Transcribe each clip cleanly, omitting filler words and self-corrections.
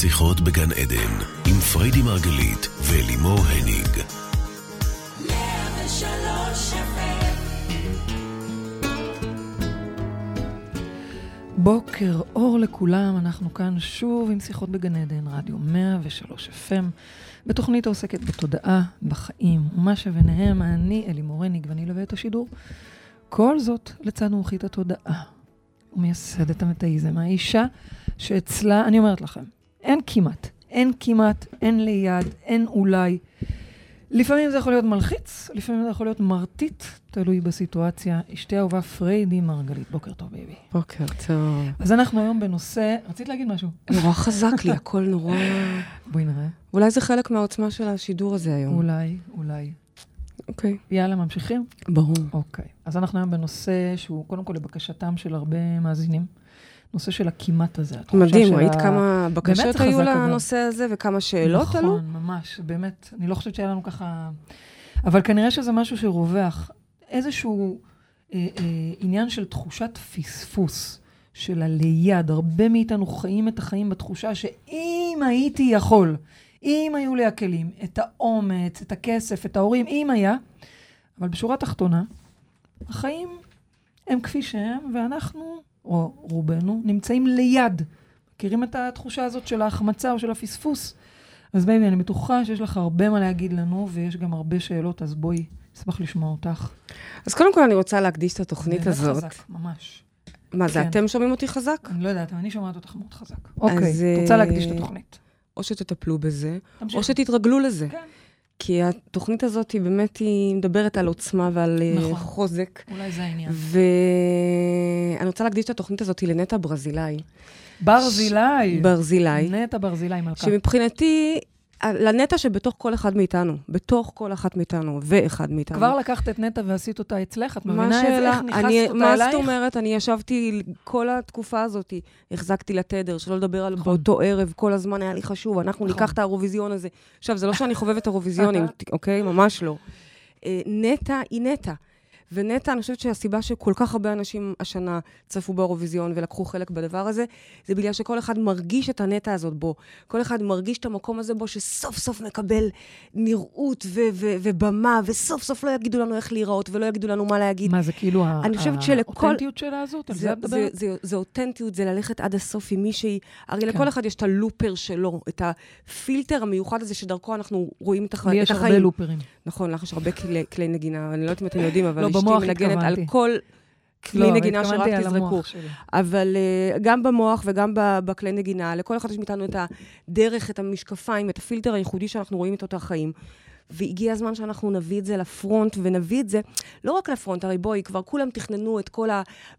שיחות בגן עדן, עם פריידי מרגלית ולימור הניג. 103 בוקר אור לכולם, אנחנו כאן שוב עם שיחות בגן עדן, רדיו 103 FM, בתוכנית העוסקת בתודעה, בחיים, ומה שביניהם, אני לימור הניג ואני אלווה את השידור. כל זאת לצד מומחית התודעה, ומייסדת המטאיזם, האישה שאצלה, אני אומרת לכם, אין כמעט, אין ליד, אין אולי. לפעמים זה יכול להיות מלחיץ, לפעמים זה יכול להיות מרטיט, תלוי בסיטואציה. אשתי אהובה פריידי מרגלית. בוקר טוב, ביבי. בוקר טוב. אז אנחנו היום בנושא, רצית להגיד משהו? נורא חזק לי, הכל נורא... בואי נראה. אולי זה חלק מהעוצמה של השידור הזה היום. אולי. אוקיי. יאללה, ממשיכים? ברור. אוקיי. אז אנחנו היום בנושא שהוא קודם כל לבקשתם של הרבה מאזינים. נושא של הכמעט הזה. מדהים, ראית כמה בקשות היו לנושא הזה וכמה שאלות עלו? נכון, ממש, באמת. אני לא חושבת שהיה לנו ככה... אבל כנראה שזה משהו שרווח. איזשהו עניין של תחושת פספוס של הליד. הרבה מאיתנו חיים את החיים בתחושה שאם הייתי יכול, אם היו לי הכלים, את האומץ, את הכסף, את ההורים, אם היה, אבל בשורה התחתונה, החיים הם כפי שהם, ואנחנו... או רובנו, נמצאים ליד. מכירים את התחושה הזאת של ההחמצה או של הפספוס? אז בייבי, אני בטוחה שיש לך הרבה מה להגיד לנו, ויש גם הרבה שאלות, אז בואי, אשמח לשמוע אותך. אז קודם כל אני רוצה להקדיש את התוכנית הזאת. חזק, ממש. מה זה, אתם שומעים אותי חזק? אני לא יודעת, אבל אני שומעת אותך מאוד חזק. אוקיי, רוצה להקדיש את התוכנית. או שתטפלו בזה, או שתתרגלו לזה. כן. כי התוכנית הזאת היא באמת, היא מדברת על עוצמה ועל חוזק. אולי זה העניין. ואני רוצה להקדיש את התוכנית הזאת לנטע ברזילאי. ברזילאי. נטע ברזילאי מלכה. שמבחינתי, לנטע שבתוך כל אחד מאיתנו, בתוך כל אחת מאיתנו ואחד מאיתנו. כבר לקחת את נטע ועשית אותה אצלך, את מבינה איך נכנסת אותה מה אלייך? זאת אומרת? אני ישבתי כל התקופה הזאת, החזקתי לתדר, שלא לדבר על באותו ערב, כל הזמן היה לי חשוב, אנחנו ניקח את האירוויזיון הזה. עכשיו, זה לא שאני חובבת אירוויזיונים, אוקיי? ממש לא. נטע היא נטע. ונטע, אני חושבת שהסיבה שכל כך הרבה אנשים השנה צפו באירוויזיון ולקחו חלק בדבר הזה, זה בגלל שכל אחד מרגיש את הנטע הזאת בו. כל אחד מרגיש את המקום הזה בו שסוף סוף מקבל נראות ובמה, וסוף סוף לא יגידו לנו איך להיראות, ולא יגידו לנו מה להגיד. מה זה כאילו האותנטיות שלה הזאת? זה אותנטיות, זה ללכת עד הסוף עם מישהי. הרי לכל אחד יש את הלופר שלו, את הפילטר המיוחד הזה שדרכו אנחנו רואים את החיים. לי יש הרבה לופרים. נכון, לך יש הרבה כלי נגינה, אני לא יודעת אם אתם יודעים, אבל אשתי במוח מנגנת התכוונתי. על כל כלי נגינה שרק תזרקו. שלי. אבל גם במוח וגם בכלי נגינה, לכל אחד יש מאיתנו את הדרך, את המשקפיים, את הפילטר הייחודי שאנחנו רואים איתו את החיים. והגיע הזמן שאנחנו נביא את זה לפרונט, ונביא את זה, לא רק לפרונט, הרי בואי, כבר כולם תכננו את כל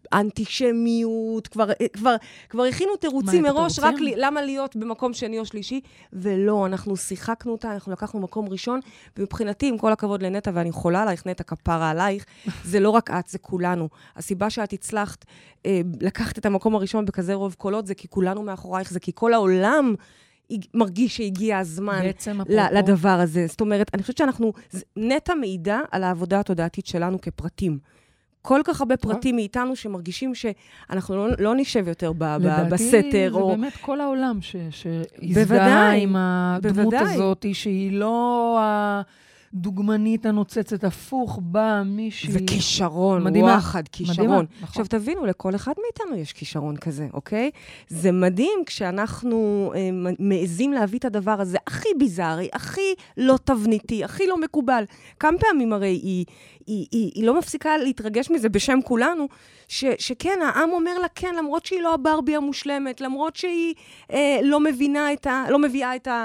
האנטישמיות, כבר הכינו תירוצים מראש, רק למה להיות במקום שני או שלישי, ולא, אנחנו שיחקנו אותה, אנחנו לקחנו מקום ראשון, ומבחינתי, עם כל הכבוד לנטע, ואני חולה עלייך, נטע כפרה עלייך, זה לא רק את, זה כולנו. הסיבה שאת הצלחת לקחת את המקום הראשון בכזה רוב קולות, זה כי כולנו מאחורייך, זה כי כל העולם מרגיש שהגיע הזמן לדבר הזה. זאת אומרת, אני חושבת שאנחנו, נטע מעידה על העבודה התודעתית שלנו כפרטים. כל כך הרבה פרטים מאיתנו שמרגישים שאנחנו לא נשב יותר בסתר. לדעתי, זה באמת כל העולם שהזדהה עם הדמות הזאת, שהיא לא הדוגמנית הנוצצת, הפוך בה מישהי... זה כישרון, וואחד, כישרון. עכשיו תבינו, לכל אחד מאיתנו יש כישרון כזה, אוקיי? זה מדהים כשאנחנו מעזים להביא את הדבר הזה הכי ביזארי, הכי לא תבניתי, הכי לא מקובל. כמה פעמים הרי היא לא מפסיקה להתרגש מזה בשם כולנו, שכן, העם אומר לה כן, למרות שהיא לא הברבי המושלמת, למרות שהיא לא מביאה את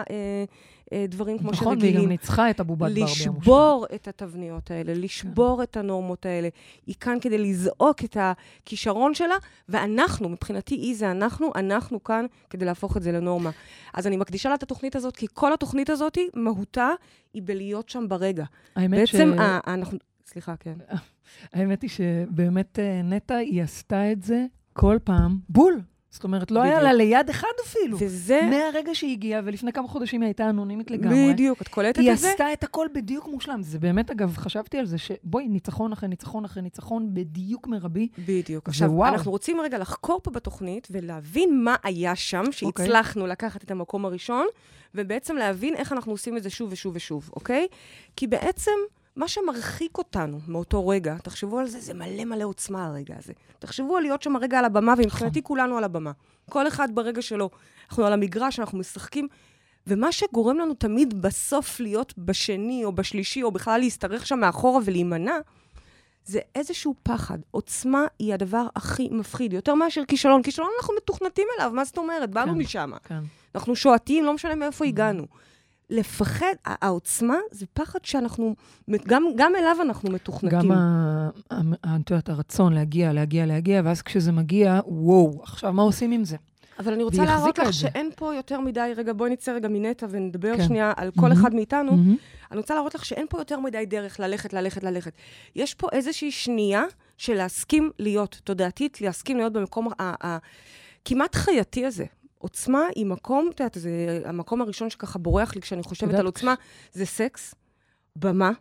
דברים כמו נכון, שרגילים. והיא גם ניצחה את הבובת ברבי המושלמת. לשבור את התבניות האלה, לשבור את הנורמות האלה. היא כאן כדי לזעוק את הכישרון שלה, ואנחנו, מבחינתי היא זה אנחנו כאן כדי להפוך את זה לנורמה. אז אני מקדישה לה את התוכנית הזאת, כי כל התוכנית הזאת, מהותה, היא בלהיות שם ברגע. בעצם, סליחה, כן. האמת היא שבאמת נטע, היא עשתה את זה כל פעם בול. זאת אומרת, לא היה לה ליד אחד אפילו. וזה... מהרגע שהיא הגיעה, ולפני כמה חודשים היא הייתה אנונימית לגמרי. בדיוק, את קולטת היא את זה? היא עשתה את הכל בדיוק מושלם. זה באמת, אגב, חשבתי על זה שבואי, ניצחון אחרי ניצחון אחרי ניצחון, בדיוק מרבי. בדיוק. עכשיו, אנחנו רוצים רגע לחקור פה בתוכנית, ולהבין מה היה שם, שהצלחנו לקחת את המקום הראשון, ובעצם להבין איך אנחנו עושים את זה שוב ושוב ושוב, אוקיי? כי בעצם... מה שמרחיק אותנו מאותו רגע, תחשבו על זה, זה מלא מלא עוצמה הרגע הזה. תחשבו על להיות שם הרגע על הבמה, ומבחינתי כולנו על הבמה. כל אחד ברגע שלו. אנחנו על המגרש, אנחנו משחקים, ומה שגורם לנו תמיד בסוף להיות בשני או בשלישי, או בכלל להסתרך שם מאחורה ולהימנע, זה איזשהו פחד. עוצמה היא הדבר הכי מפחיד. יותר מאשר כישלון. כישלון אנחנו מתוכנתים אליו, מה זאת אומרת? באנו משם. אנחנו שועטים, לא משנה מאיפה הגענו. לפחד, העוצמה זה פחד שאנחנו, גם אליו אנחנו מתוכנתים. גם הרצון להגיע, ואז כשזה מגיע, וואו, עכשיו מה עושים עם זה? אבל אני רוצה להראות לך שאין פה יותר מדי, רגע, בואי נצא רגע מנטה ונדבר שנייה על כל אחד מאיתנו. אני רוצה להראות לך שאין פה יותר מדי דרך ללכת. יש פה איזושהי שנייה של להסכים להיות תודעתית, להסכים להיות במקום כמעט חייתי הזה. עוצמה היא מקום, אתה יודעת, זה המקום הראשון שככה בורח לי כשאני חושבת על עוצמה, זה סקס, במה,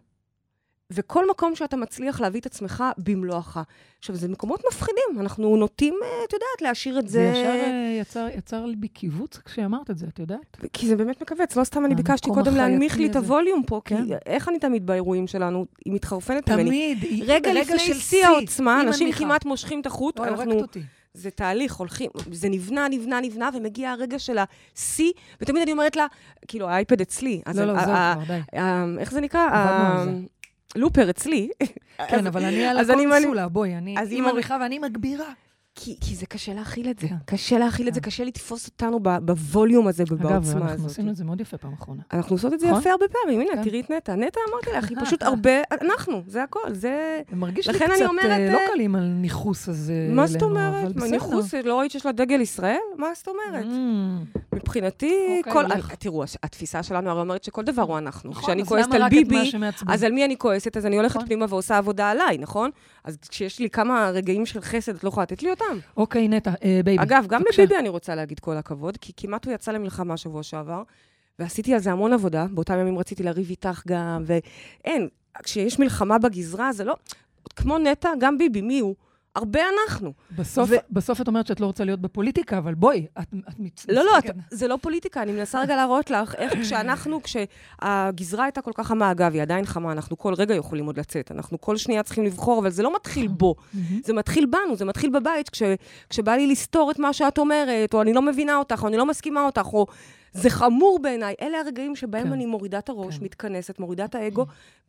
וכל מקום שאתה מצליח להביא את עצמך במלואך. עכשיו, זה מקומות מפחידים, אנחנו נוטים, את יודעת, להשאיר את זה... זה יצר לי בקיבוץ כשאמרת את זה, את יודעת? כי זה באמת מקבץ, לא סתם אני ביקשתי קודם להנמיך לי את הווליום פה, כי איך אני תמיד באירועים שלנו, היא מתחרפנת ממני. תמיד, רגע לפני שיא העוצמה, אנשים כמעט מושכים את החוט, אנחנו... זה תהליך, הולכים, זה נבנה, ומגיע הרגע של ה-C, ותמיד אני אומרת לה, כאילו, האייפד אצלי. לא, זה כבר די. איך זה נקרא? לופר אצלי. כן, אבל אני על הקונסולה, בואי, אני מוריכה ואני מגבירה. כי זה קשה להכיל את זה. קשה לתפוס אותנו בווליום הזה, בעוצמה הזאת. אגב, אנחנו עשינו את זה מאוד יפה פעם אחרונה. אנחנו עושות את זה יפה הרבה פעמים. הנה, תראי את נטע. נטע אמרתי לך, היא פשוט הרבה, אנחנו, זה הכל. זה מרגיש לי קצת לא קלים על ניחוס הזה. מה זאת אומרת? ניחוס, לא ראית שיש לה דגל ישראל? מה זאת אומרת? מבחינתי, תראו, התפיסה שלנו הרי אומרת שכל דבר הוא אנחנו. כשאני כועסת על ביבי, אז על מי אני כועסת? אז אני הולכת פנימה ועושה עבודה עליי, נכון? אז כשיש לי כמה רגעים של חסד, את לא יכולה לתת לי אותם. אוקיי, נטע, בייבי. אגב, גם בביבי אני רוצה להגיד כל הכבוד, כי כמעט הוא יצא למלחמה שבוע שעבר, ועשיתי על זה המון עבודה, באותם ימים רציתי לריב איתך גם, ואין, כשיש מלחמה בגזרה, זה לא, כמו נטע, גם ביבי, מי הוא? הרבה אנחנו. בסוף את אומרת שאת לא רוצה להיות בפוליטיקה, אבל בואי, את לא, זה לא פוליטיקה, אני מנסה רגע להראות לך איך כשהגזרה הייתה כל כך חמה, אגב, היא עדיין חמה, אנחנו כל רגע יכולים עוד לצאת, אנחנו כל שנייה צריכים לבחור, אבל זה לא מתחיל בו, זה מתחיל בנו, זה מתחיל בבית, כשבא לי לסתור את מה שאת אומרת, או אני לא מבינה אותך, או אני לא מסכימה אותך, או... זה חמור בעיניי. אלה הרגעים שבהם אני מורידה את הראש, מתכנסת, מורידה את האגו,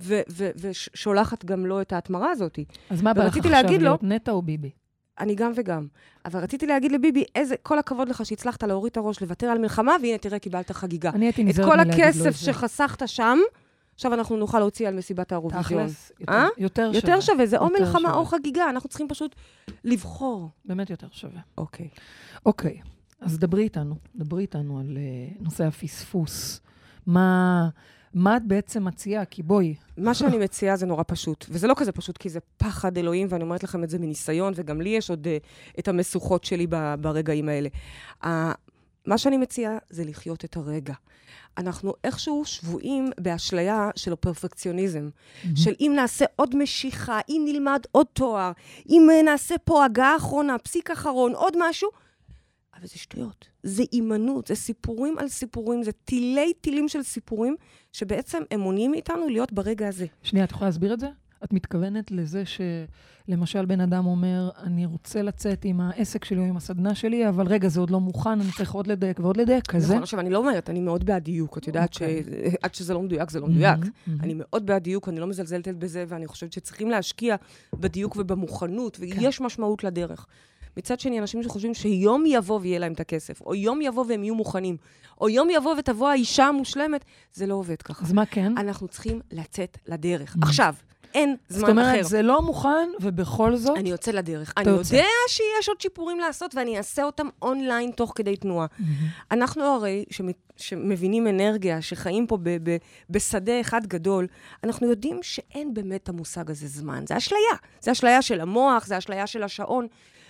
ושולחת גם לו את ההתמרה הזאת. אז מה בא לך עכשיו להיות, נטע או ביבי? אני גם וגם. אבל רציתי להגיד לביבי, כל הכבוד לך שהצלחת להוריד את הראש, לוותר על מלחמה, והנה תראה, קיבלת חגיגה. אני הייתי נזהרת מלהגיד לו את זה. את כל הכסף שחסכת שם, עכשיו אנחנו נוכל להוציא על מסיבת האירוויזיון. יותר שווה, זה או מלחמה או חגיגה, אנחנו צריכים פשוט לבחור. באמת יותר שווה. אוקיי. אז דברי איתנו על נושא הפספוס. מה את בעצם מציעה? כי בואי. מה שאני מציעה זה נורא פשוט. וזה לא כזה פשוט, כי זה פחד אלוהים, ואני אומרת לכם את זה מניסיון, וגם לי יש עוד את המסוכות שלי ברגעים האלה. מה שאני מציעה זה לחיות את הרגע. אנחנו איכשהו שבועים באשליה של הפרפקציוניזם, של אם נעשה עוד משיכה, אם נלמד עוד תואר, אם נעשה פה הגעה אחרונה, פסיק אחרון, עוד משהו, אבל זה שטויות. זה אימנות, זה סיפורים על סיפורים, זה טילים של סיפורים, שבעצם הם מונעים מאיתנו להיות ברגע הזה. שנייה, את יכולה להסביר את זה? את מתכוונת לזה שלמשל בן אדם אומר, אני רוצה לצאת עם העסק שלי או עם הסדנה שלי, אבל רגע, זה עוד לא מוכן, אני צריך עוד לדייק ועוד לדייק, כזה? נכון, עכשיו, אני לא אומרת, אני מאוד בעד דיוק, את יודעת שעד שזה לא מדויק, זה לא מדויק. אני מאוד בעד דיוק, אני לא מזלזלת בזה, ואני חושבת שצריכים להשקיע בדיוק ובמוכנות, ויש משמעות לדרך. מצד שני, אנשים שחושבים שיום יבוא ויהיה להם את הכסף, או יום יבוא והם יהיו מוכנים, או יום יבוא ותבוא האישה המושלמת, זה לא עובד ככה. אז מה כן? אנחנו צריכים לצאת לדרך. עכשיו, אין זמן אחר. זאת אומרת, זה לא מוכן, ובכל זאת... אני יוצא לדרך. אני יודע שיש עוד שיפורים לעשות, ואני אעשה אותם אונליין תוך כדי תנועה. אנחנו הרי, שמבינים אנרגיה, שחיים פה בשדה אחד גדול, אנחנו יודעים שאין באמת המושג הזה זמן. זה אשליה. זה אשליה של המוח, זה אשליה של השעון.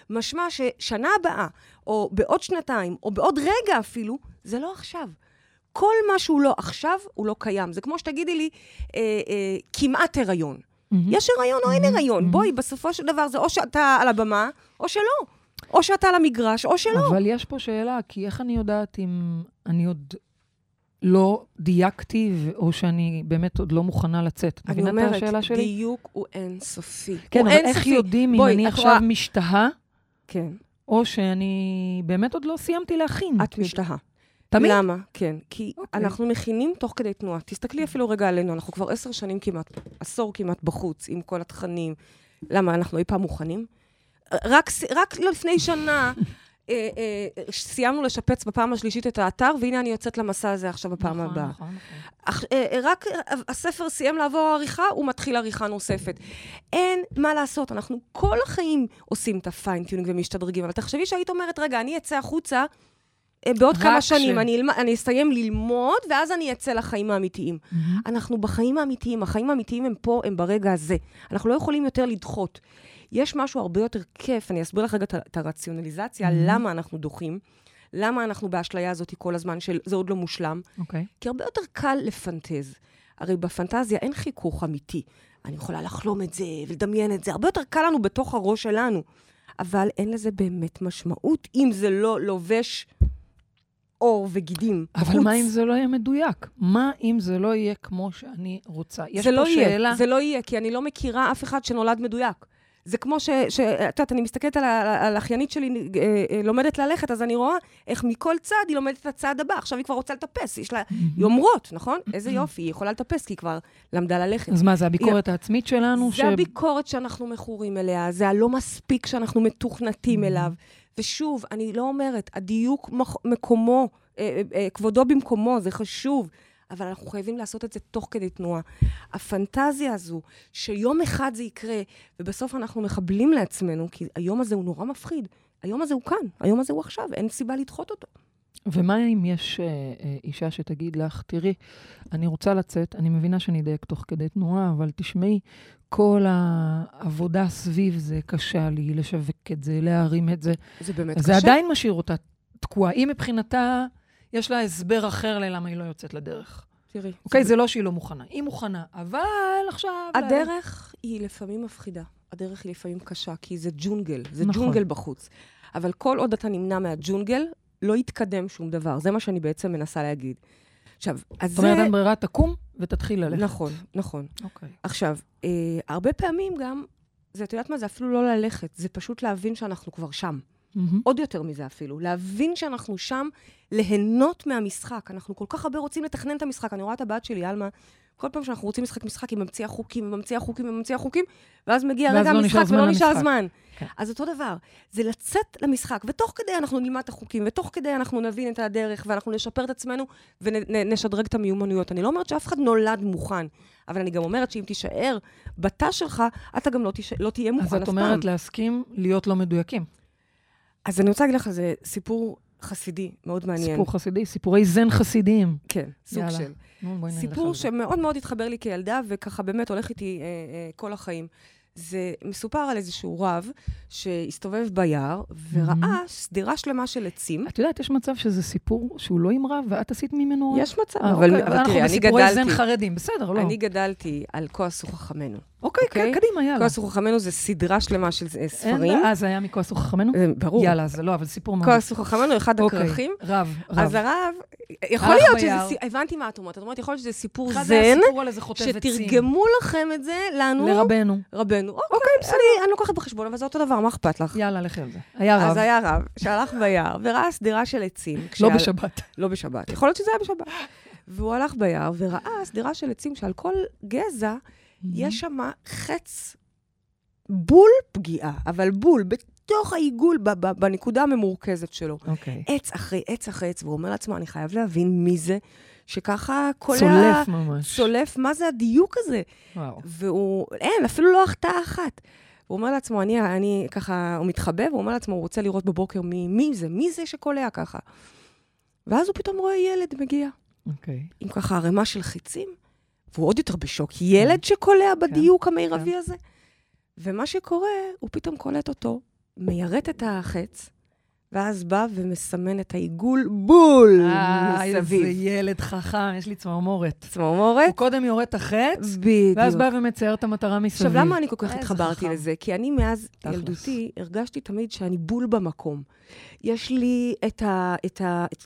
משמע ששנה הבאה, או בעוד שנתיים, או בעוד רגע אפילו, זה לא עכשיו. כל מה שהוא לא עכשיו, הוא לא קיים. זה כמו שתגידי לי, כמעט הריון. יש הריון או אין הריון? בואי, בסופו של דבר זה או שאתה על הבמה, או שלא. או שאתה על המגרש, או שלא. אבל יש פה שאלה, כי איך אני יודעת אם אני עוד לא דייקתי, או שאני באמת עוד לא מוכנה לצאת? אני אומרת, דיוק הוא אינסופי. כן, אבל איך יודעים אם אני עכשיו משתהה, כן. או שאני באמת עוד לא סיימתי להכין? את משתהה. תמיד? למה? כן. כי אנחנו מכינים תוך כדי תנועה. תסתכלי אפילו רגע עלינו, אנחנו כבר 10 שנים כמעט, עשור כמעט בחוץ, עם כל התכנים. למה? אנחנו אי פעם מוכנים? רק לפני שנה סיימנו לשפץ בפעם השלישית את האתר, והנה אני יוצאת למסע הזה עכשיו בפעם הבאה. רק הספר סיים לעבור עריכה, הוא מתחיל עריכה נוספת. אין מה לעשות, אנחנו כל החיים עושים את הפיינטיונינג ומשתדרגים, אבל תחשבי שהיית אומרת, רגע, אני אצא החוצה, בעוד כמה שנים, אני אסיים ללמוד, ואז אני אצא לחיים האמיתיים. אנחנו בחיים האמיתיים, החיים האמיתיים הם פה, הם ברגע הזה. אנחנו לא יכולים יותר לדחות. יש משהו הרבה יותר כיף, אני אסביר לך רגע את הרציונליזציה, למה אנחנו דוחים, למה אנחנו באשליה הזאת כל הזמן, שזה עוד לא מושלם. כי הרבה יותר קל לפנטז. הרי בפנטזיה אין חיכוך אמיתי. אני יכולה לחלום את זה ולדמיין את זה. הרבה יותר קל לנו בתוך הראש שלנו. אבל אין לזה באמת משמעות, אם זה לא לובש אור וגידים. אבל מה אם זה לא יהיה מדויק? מה אם זה לא יהיה כמו שאני רוצה? יש פה שאלה. זה לא יהיה, כי אני לא מכירה אף אחד שנולד מדויק. זה כמו את יודעת, אני מסתכלת על האחיינית שלי, לומדת ללכת, אז אני רואה איך מכל צד היא לומדת את הצד הבא. עכשיו היא כבר רוצה לטפס, יש לה יומרות, נכון? איזה יופי, היא יכולה לטפס, כי היא כבר למדה ללכת. אז מה, זה הביקורת העצמית שלנו? זה הביקורת שאנחנו מכורים אליה, זה הלא מספיק שאנחנו מתוכנתים אליו. ושוב, אני לא אומרת, הדיוק מקומו, כבודו במקומו, זה חשוב. אבל אנחנו חייבים לעשות את זה תוך כדי תנועה. הפנטזיה הזו, שיום אחד זה יקרה, ובסוף אנחנו מחבלים לעצמנו, כי היום הזה הוא נורא מפחיד. היום הזה הוא כאן, היום הזה הוא עכשיו, אין סיבה לדחות אותו. ומה אם יש אישה שתגיד לך, תראי, אני רוצה לצאת, אני מבינה שאני אדייק תוך כדי תנועה, אבל תשמעי, כל העבודה סביב זה קשה לי, לשווק את זה, להרים את זה. זה באמת קשה. זה עדיין משאיר אותה תקועה. היא מבחינתה, יש לה הסבר אחר ללמה היא לא יוצאת לדרך. תראי. אוקיי, זה לא שהיא לא מוכנה. היא מוכנה, אבל עכשיו... הדרך היא לפעמים מפחידה. הדרך היא לפעמים קשה, כי זה ג'ונגל. זה ג'ונגל בחוץ. אבל כל עוד אתה נמנע מהג'ונגל, לא יתקדם שום דבר. זה מה שאני בעצם מנסה להגיד. עכשיו, אז זאת אומרת, אין ברירה, תקום ותתחיל ללכת. נכון, נכון. אוקיי. עכשיו, הרבה פעמים גם, זה, את יודעת מה, זה אפילו לא ללכת, זה פשוט להבין שאנחנו כבר שם. עוד יותר מזה אפילו. להבין שאנחנו שם, ליהנות מהמשחק. אנחנו כל כך הרבה רוצים לתכנן את המשחק. אני רואה את הבת שלי, אלמה, כל פעם שאנחנו רוצים משחק, היא ממציאה חוקים, ואז מגיע רגע המשחק ולא נשאר זמן. אז אותו דבר, זה לצאת למשחק, ותוך כדי אנחנו נלמד את החוקים, ותוך כדי אנחנו נבין את הדרך, ואנחנו נשפר את עצמנו, ונשדרג את המיומנויות. אני לא אומרת שאף אחד נולד מוכן, אבל אני גם אומרת שאם תישאר בתא שלך, אתה גם לא תהיה מוכן אף פעם. אז את אומרת להסכים להיות לא מדויקים. אז אני רוצה להגיד לך, זה סיפור חסידי, מאוד מעניין. סיפור חסידי, סיפורי זן חסידיים. כן, סוג של. סיפור שמאוד מאוד התחבר לי כילדה, וככה באמת הולך איתי כל החיים. זה מסופר על איזשהו רב שהסתובב ביער, וראה סדירה שלמה של עצים. את יודעת, יש מצב שזה סיפור שהוא לא עם רב, ואת עשית ממנו רב? יש מצב, אבל אנחנו בסיפורי זן חרדים, בסדר, לא? אני גדלתי על כועס וחכמנו. אוקיי, קדימה, יאללה. כועס וחכמנו זה סדרה שלמה של ספרים. זה היה מכועס וחכמנו? ברור. יאללה, זה לא, אבל סיפור מאוד. כועס וחכמנו, אחד הכרכים. רב. אז הרב, יכול להיות שזה, הבנתי מה את אומרת. את אומרת, יכול להיות שזה סיפור זן, שתרגמו לכם את זה לנו. לרבנו. רבנו. אוקיי, בסדר. אני לוקחת בחשבון, אבל זה אותו דבר, מה אכפת לך? יאללה, לכי על זה. היה רב. אז היה רב, שהלך ביער, וראה סדירה של עצים. לא בשבת. לא בשבת. יכול להיות שזה היה בשבת. והוא הלך ביער, וראה סדירה של עצים, שעל כל גזע יש שם חץ בול פגיעה, אבל בול, בתוך העיגול, בנקודה הממורכזת שלו. עץ אחרי עץ אחרי עץ, והוא אומר לעצמו, אני חייב להבין מי זה, שככה קולע... צולף ממש. צולף, מה זה הדיוק הזה? וואו. והוא, אין, אפילו לא החטאה אחת. הוא אומר לעצמו, אני ככה, הוא מתחבא, והוא אומר לעצמו, הוא רוצה לראות בבוקר מי זה שקולע ככה. ואז הוא פתאום רואה ילד מגיע. עם ככה הרמה של חיצים, והוא עוד יותר בשוק. ילד שקולע בדיוק המערבי הזה. ומה שקורה, הוא פתאום קולט אותו, מיירט את החץ, ואז בא ומסמן את העיגול בול מסביב. איזה ילד חכם, יש לי צמרמורת. צמרמורת? הוא קודם יורד את החץ, בדיוק. ואז בא ומצייר את המטרה מסביב. עכשיו, למה אני כל כך התחברתי לזה? כי אני מאז ילדותי הרגשתי תמיד שאני בול במקום. יש לי את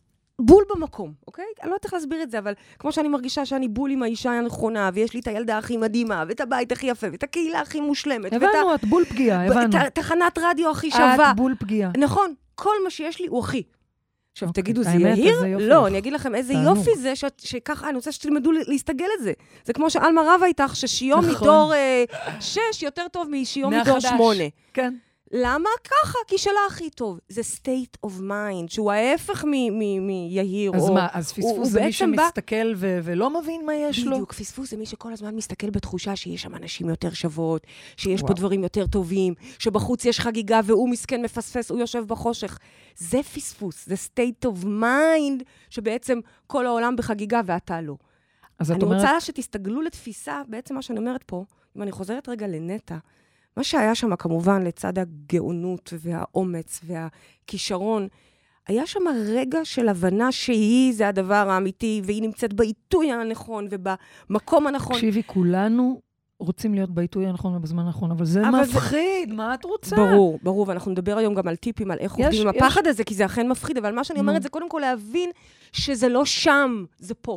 בול במקום, אוקיי? אני לא יודעת איך להסביר את זה, אבל כמו שאני מרגישה שאני בול עם האישה הנכונה, ויש לי את הילדה הכי מדהימה, ואת הבית הכי יפה, ואת הקהילה הכי מושלמת. הבנו, את בול פגיעה, הבנו. את תחנת רדיו הכי שווה. את בול פגיעה. נכון, כל מה שיש לי הוא הכי. עכשיו, תגידו, זה האמת, יהיר? איזה יופי. לא, אני אגיד לכם איזה יופי זה, שככה אני רוצה שתלמדו להסתגל את זה. זה כמו שאלמה רבה איתך, ששיום מדור 6 יותר טוב משיום מדור 8. כן. למה? ככה, כי שלה הכי טוב. זה state of mind, שהוא ההפך מיהיר. אז מה, אז פספוס זה מי שמסתכל ולא מבין מה יש לו? בדיוק, פספוס זה מי שכל הזמן מסתכל בתחושה שיש שם אנשים יותר שוות, שיש פה דברים יותר טובים, שבחוץ יש חגיגה והוא מסכן מפספס, הוא יושב בחושך. זה פספוס, זה state of mind, שבעצם כל העולם בחגיגה ואתה לא. אני רוצה שתסתגלו לתפיסה, בעצם מה שאני אומרת פה, אם אני חוזרת רגע לנטה, מה שהיה שם כמובן לצד הגאונות והאומץ והכישרון, היה שם רגע של הבנה שהיא זה הדבר האמיתי, והיא נמצאת בעיתוי הנכון ובמקום הנכון. תקשיבי, כולנו רוצים להיות בעיתוי הנכון ובזמן הנכון, אבל זה מפחיד, מה את רוצה? ברור, ברור, ואנחנו נדבר היום גם על טיפים, על איך עובדים עם הפחד הזה, כי זה אכן מפחיד, אבל מה שאני אומרת זה קודם כל להבין שזה לא שם, זה פה.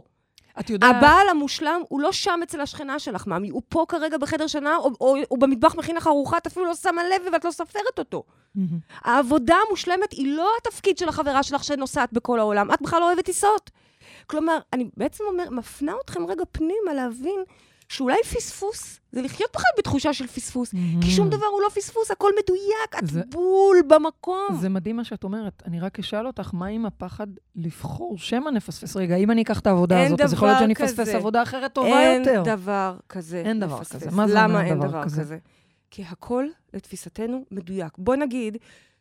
הבעל המושלם הוא לא שם אצל השכנה שלך, מאמי, הוא פה כרגע בחדר שנה, או במטבח מכין לך ארוחה, את אפילו לא שמה לב ואת לא ספרת אותו. העבודה המושלמת היא לא התפקיד של החברה שלך שנוסעת בכל העולם, את בכלל לא אוהבת טיסות. כלומר, אני בעצם מפנה אתכם רגע פנימה להבין שאולי פספוס, זה לחיות בכלל בתחושה של פספוס, כי שום דבר הוא לא פספוס, הכל מדויק, את בול במקום. זה מדהים מה שאת אומרת. אני רק אשאל אותך, מה עם הפחד לבחור שמא נפספס? רגע, אם אני אקח את העבודה הזאת, אז יכול להיות שאני אפספס עבודה אחרת טובה יותר. אין דבר כזה. אין דבר כזה. מה זה אומר דבר כזה? כי הכל, לתפיסתנו, מדויק. בוא נגיד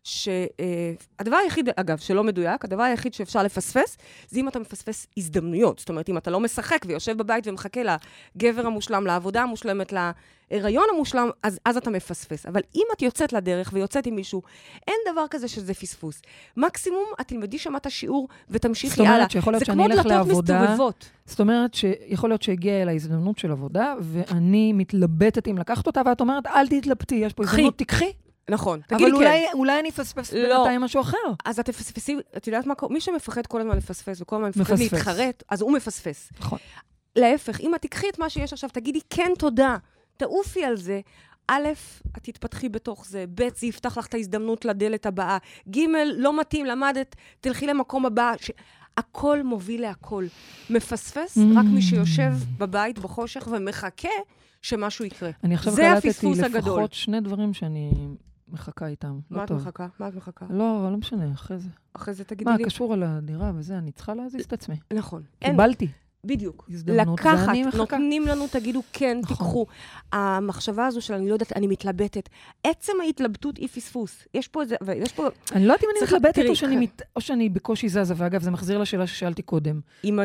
שהדבר היחיד, אגב, שלא מדויק, הדבר היחיד שאפשר לפספס, זה אם אתה מפספס הזדמנויות. זאת אומרת, אם אתה לא משחק ויושב בבית ומחכה לגבר המושלם, לעבודה המושלמת, להיריון המושלם, אז אתה מפספס. אבל אם את יוצאת לדרך ויוצאת עם מישהו, אין דבר כזה שזה פספוס. מקסימום, את תלמדי שמה את השיעור ותמשיכי הלאה. זאת אומרת שיכול להיות שאני אלך לעבודה, זאת אומרת שיכול להיות שהגיעה אל ההזדמנות של עבודה, ואני מתלבטת אם לקחת אותה, ואת אומרת, אל תתלבטי, יש פה הזדמנות, תקחי. נכון. אבל אולי אני אפספס בינתיים משהו אחר. אז את תפספסי, את יודעת מה, מי שמפחד כל הזמן לפספס, וכל הזמן מפחד להתחרט, אז הוא מפספס. נכון. להפך, אם את תקחי את מה שיש עכשיו, תגידי כן תודה, תעופי על זה, א', את תתפתחי בתוך זה, ב', זה יפתח לך את ההזדמנות לדלת הבאה, ג', לא מתאים, למדת, תלכי למקום הבא, הכל מוביל להכל. מפספס רק מי שיושב בבית בחושך ומחכה שמשהו יקרה. אני עכשיו קלטתי לפחות 2 דברים שאני מחכה איתם. מה את מחכה? מה את מחכה? לא משנה, אחרי זה. אחרי זה תגידי לי. מה, קשור על הדירה וזה, אני צריכה להזיז את עצמי. נכון. קיבלתי. בדיוק. הזדמנות, לקחת, נותנים לנו, תגידו כן, תיקחו. המחשבה הזו של אני לא יודעת, אני מתלבטת. עצם ההתלבטות היא פספוס. יש פה איזה, ויש פה... אני לא יודעת אם אני מתלבטת או שאני בקושי זזה, ואגב, זה מחזיר לשאלה ששאלתי קודם.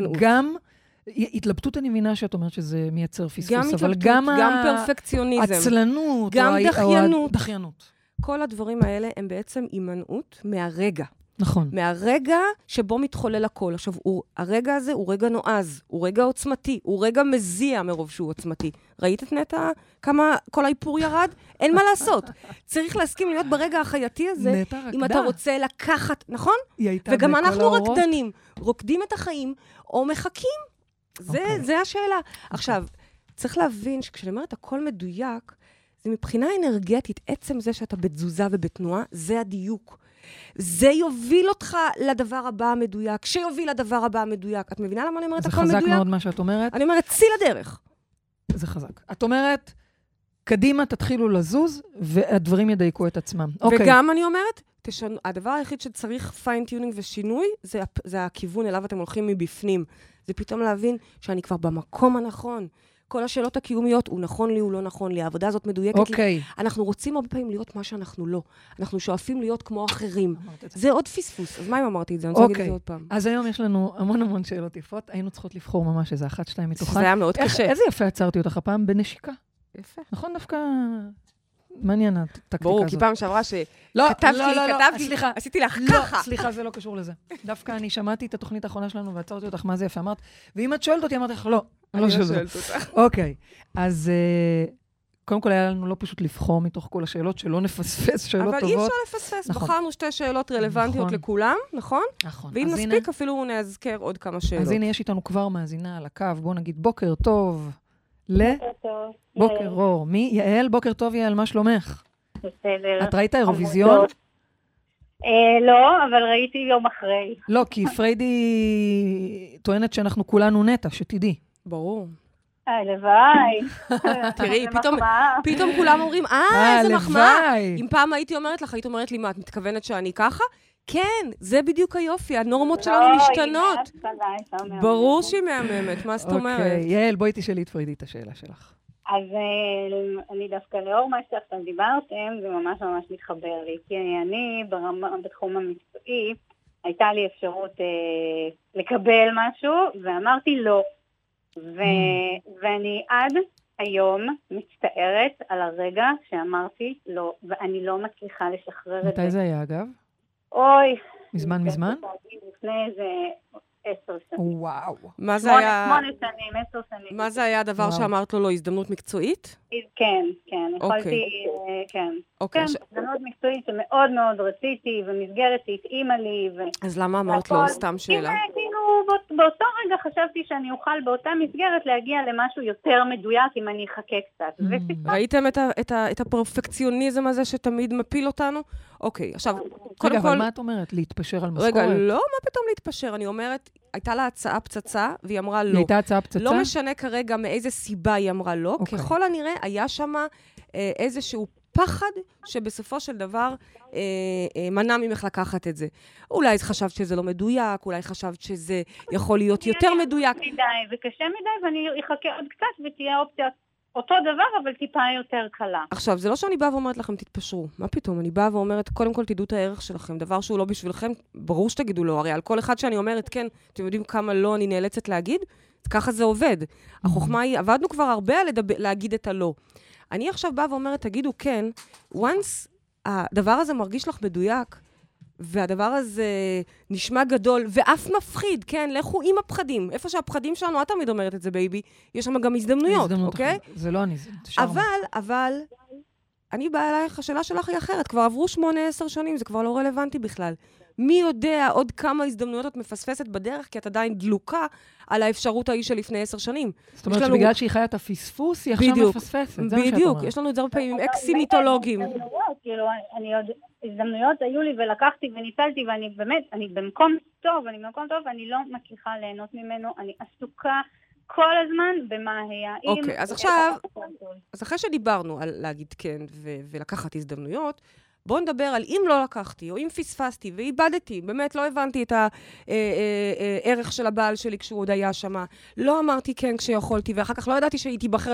גם התלבטות אני מבינה שאת אומרת שזה מייצר פספוס, אבל גם פרפקציוניזם. עצלנות. גם דחיינות. כל הדברים האלה הם בעצם הימנעות מהרגע. נכון. מהרגע שבו מתחולל הכל. עכשיו, הרגע הזה הוא רגע נועז, הוא רגע עוצמתי, הוא רגע מזיע מרוב שהוא עוצמתי. ראית את נטע כמה כל האיפור ירד? אין מה לעשות. צריך להסכים להיות ברגע החייתי הזה, אם אתה רוצה לקחת, נכון? וגם אנחנו רקדנים, רוקדים את החיים, או מחכים. זה השאלה. עכשיו, צריך להבין שכשאני אומרת הכל מדויק, זה מבחינה אנרגטית, עצם זה שאתה בתזוזה ובתנועה, זה הדיוק. זה יוביל אותך לדבר הבא המדויק, שיוביל לדבר הבא המדויק. את מבינה למה אני אומרת הכל מדויק? זה חזק מאוד מה שאת אומרת. אני אומרת, צי לדרך. זה חזק. את אומרת, קדימה תתחילו לזוז, והדברים ידייקו את עצמם. וגם אני אומרת, הדבר היחיד שצריך פיין-טיונינג ושינוי, זה הכיוון אליו אתם הולכים מבפנים. זה פתאום להבין שאני כבר במקום הנכון. כל השאלות הקיומיות, הוא נכון לי, הוא לא נכון לי, העבודה הזאת מדויקת לי. אנחנו רוצים הרבה פעמים להיות מה שאנחנו לא. אנחנו שואפים להיות כמו אחרים. זה עוד פספוס. אז מה אם אמרתי את זה? אני רוצה להגיד את זה עוד פעם. אז היום יש לנו המון שאלות יפות. היינו צריכות לבחור ממש איזה 1-2 מתוכן. זה היה מאוד קשה. איזה יפה עצרתי אותך הפעם? בנשיקה. יפה. נכון דווקא... מעניין הטקטיקה הזאת. ברור, כי פעם שעברה שכתבתי, סליחה. עשיתי לך לא, ככה. סליחה, זה לא קשור לזה. דווקא אני שמעתי את התוכנית האחרונה שלנו ועצרתי אותך מה זה יפה. אמרת, ואם את שואלת אותי, אמרתי לך, לא. אני לא שואלת אותך. אוקיי, אז קודם כל היה לנו לא פשוט לבחור מתוך כל השאלות, שלא נפספס שאלות טובות. אבל אי אפשר לפספס. בחרנו שתי שאלות רלוונטיות לכולם, נכון? נכון. ואם נספיק, אפילו נזכר עוד כמה שאלות. אז הנה, יש איתנו כבר מאזינה על הקו. בואו נגיד בוקר טוב. בוקר אור. מי? יעל, בוקר טוב יעל, מה שלומך? בסדר. את ראית האירוויזיון? לא, אבל ראיתי יום אחרי. לא, כי פריידי טוענת שאנחנו כולנו נטע, שתדעי. ברור. הלוואי. תראי, פתאום כולם אומרים, איזה מחמאה. אם פעם הייתי אומרת לך, היית אומרת לי, מה, את מתכוונת שאני ככה? כן, זה בדיוק היופי, הנורמות שלנו משתנות. ברור שהיא מהממת, מה זאת אומרת? אוקיי, יעל, בואי תשאלי את פריידי את השאלה שלך. אז אני דווקא לאור מה שאתם דיברתם, זה ממש ממש מתחבר לי, כי אני בתחום המקצועי, הייתה לי אפשרות לקבל משהו, ואמרתי לא. ואני עד היום מצטערת על הרגע שאמרתי לא, ואני לא מצליחה לשחרר את זה. מתי זה היה אגב? אוי. מזמן? לפני איזה 10 שנים. וואו. מה זה היה? 8 שנים, 10 שנים. מה זה היה הדבר שאמרת לו, הזדמנות מקצועית? כן. יכולתי, כן. כן, הזדמנות מקצועית שמאוד מאוד רציתי, ומסגרת שהתאימה לי. אז למה אמרת לו? סתם שאלה. כאילו, באותו רגע חשבתי שאני אוכל באותה מסגרת להגיע למשהו יותר מדויק, אם אני אחכה קצת. ראיתם את הפרפקציוניזם הזה שתמיד מפיל אותנו? אוקיי, עכשיו, קודם כל... רגע, אבל מה את אומרת? להתפשר על משכורת? רגע, לא, מה פתאום להתפשר? אני אומרת, הייתה לה הצעה פצצה, והיא אמרה לא. הייתה הצעה פצצה? לא משנה כרגע מאיזה סיבה היא אמרה לא, ככל הנראה היה שם איזשהו פחד שבסופו של דבר מנע ממך לקחת את זה. אולי חשבת שזה לא מדויק, אולי חשבת שזה יכול להיות יותר מדויק. זה קשה מדי, ואני אחכה עוד קצת ותהיה אופציה אותו דבר, אבל טיפה יותר קלה. עכשיו, זה לא שאני באה ואומרת לכם, תתפשרו. מה פתאום? אני באה ואומרת, קודם כל תדעו את הערך שלכם. דבר שהוא לא בשבילכם, ברור שתגידו לא. הרי על כל אחד שאני אומרת, כן, אתם יודעים כמה לא אני נאלצת להגיד? ככה זה עובד. החוכמה היא, עבדנו כבר הרבה להגיד את הלא. אני עכשיו באה ואומרת, תגידו כן, once הדבר הזה מרגיש לך מדויק, והדבר הזה נשמע גדול, ואף מפחיד, כן? לכו עם הפחדים. איפה שהפחדים שלנו, את תמיד אומרת את זה, בייבי, יש שם גם הזדמנויות, אוקיי? זה לא אני, זה שרמה. אבל, אני באה אלייך, השאלה שלך היא אחרת. כבר עברו 8-10 שנים, זה כבר לא רלוונטי בכלל. מי יודע עוד כמה הזדמנויות את מפספסת בדרך, כי את עדיין דלוקה על האפשרות ההיא של לפני 10 שנים. זאת אומרת שבגלל שהיא חיה את הפספוס, היא עכשיו מפספסת. בדיוק, יש לנו את זה הרבה פעמים עם אקסים מיתולוגיים. כאילו, אני עוד הזדמנויות היו לי ולקחתי וניצלתי, ואני באמת, אני במקום טוב, ואני לא מצליחה ליהנות ממנו, אני עסוקה כל הזמן במה היה. אוקיי, אז עכשיו, אז אחרי שדיברנו על להגיד כן ולקחת הזדמנויות, בואו נדבר על אם לא לקחתי, או אם פספסתי ואיבדתי, באמת לא הבנתי את הערך של הבעל שלי כשהוא עוד היה שמה, לא אמרתי כן כשיכולתי, ואחר כך לא ידעתי שהיא תיבחר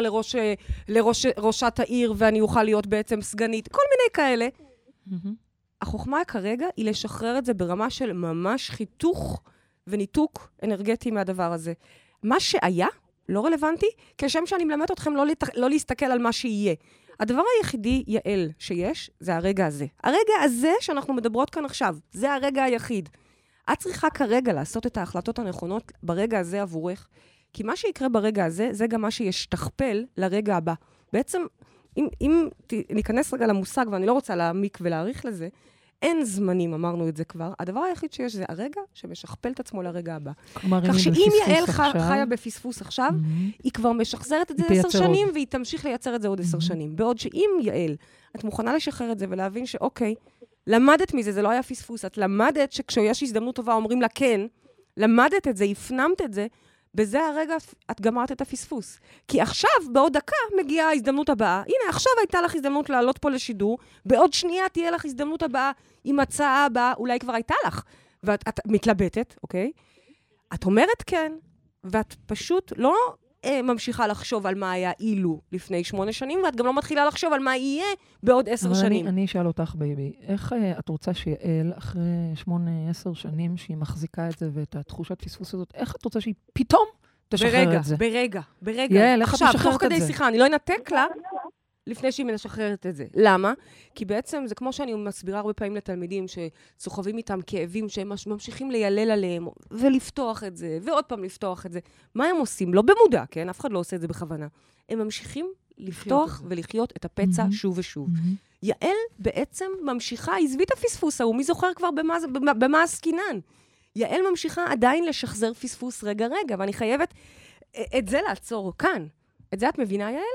לראשת העיר, ואני אוכל להיות בעצם סגנית, כל מיני כאלה. החוכמה כרגע היא לשחרר את זה ברמה של ממש חיתוך וניתוק אנרגטי מהדבר הזה. מה שהיה לא רלוונטי, כשם שאני מלמד אתכם לא להסתכל על מה שיהיה. הדבר היחידי, יעל, שיש, זה הרגע הזה. הרגע הזה שאנחנו מדברות כאן עכשיו, זה הרגע היחיד. את צריכה כרגע לעשות את ההחלטות הנכונות ברגע הזה עבורך, כי מה שיקרה ברגע הזה, זה גם מה שישתכפל לרגע הבא. בעצם, אם ניכנס רגע למושג, ואני לא רוצה להעמיק ולהעריך לזה, אין זמנים, אמרנו את זה כבר. הדבר היחיד שיש זה הרגע שמשכפל את עצמו לרגע הבא. כך שאם יעל חיה בפספוס עכשיו, היא כבר משחזרת את זה 10 שנים, והיא תמשיך לייצר את זה עוד 10 שנים. בעוד שאם יעל, את מוכנה לשחרר את זה ולהבין שאוקיי, למדת מזה, זה לא היה פספוס, את למדת שכשיש הזדמנות טובה אומרים לה כן, למדת את זה, הפנמת את זה, בזה הרגע את גמרת את הפספוס. כי עכשיו, בעוד דקה, מגיעה ההזדמנות הבאה. הנה, עכשיו הייתה לך הזדמנות לעלות פה לשידור, בעוד שנייה תהיה לך הזדמנות הבאה, עם הצעה הבאה, אולי כבר הייתה לך. ואת מתלבטת, אוקיי? את אומרת כן, ואת פשוט לא ממשיכה לחשוב על מה היה אילו לפני 8 שנים, ואת גם לא מתחילה לחשוב על מה יהיה בעוד 10 שנים. אני אשאל אותך, בייבי, איך את רוצה שיעל, אחרי 8-10 שנים, שהיא מחזיקה את זה ואת התחושת פספוס הזאת, איך את רוצה שהיא פתאום תשחרר את זה? ברגע. יעל, איך את עכשיו, משחררת תוך כדי שיחה, אני לא אנתק לה, לפני שהיא משחררת את זה. למה? כי בעצם זה כמו שאני מסבירה הרבה פעמים לתלמידים שסוחבים איתם כאבים שהם ממשיכים לילל עליהם ולפתוח את זה, ועוד פעם לפתוח את זה. מה הם עושים? לא במודע, כן? אף אחד לא עושה את זה בכוונה. הם ממשיכים לפתוח ולחיות את הפצע שוב ושוב. יעל בעצם ממשיכה, עזבי את הפספוס ההוא, מי זוכר כבר במה עסקינן? יעל ממשיכה עדיין לשחזר פספוס רגע, ואני חייבת את זה לעצור כאן. את זה את מבינה, יעל?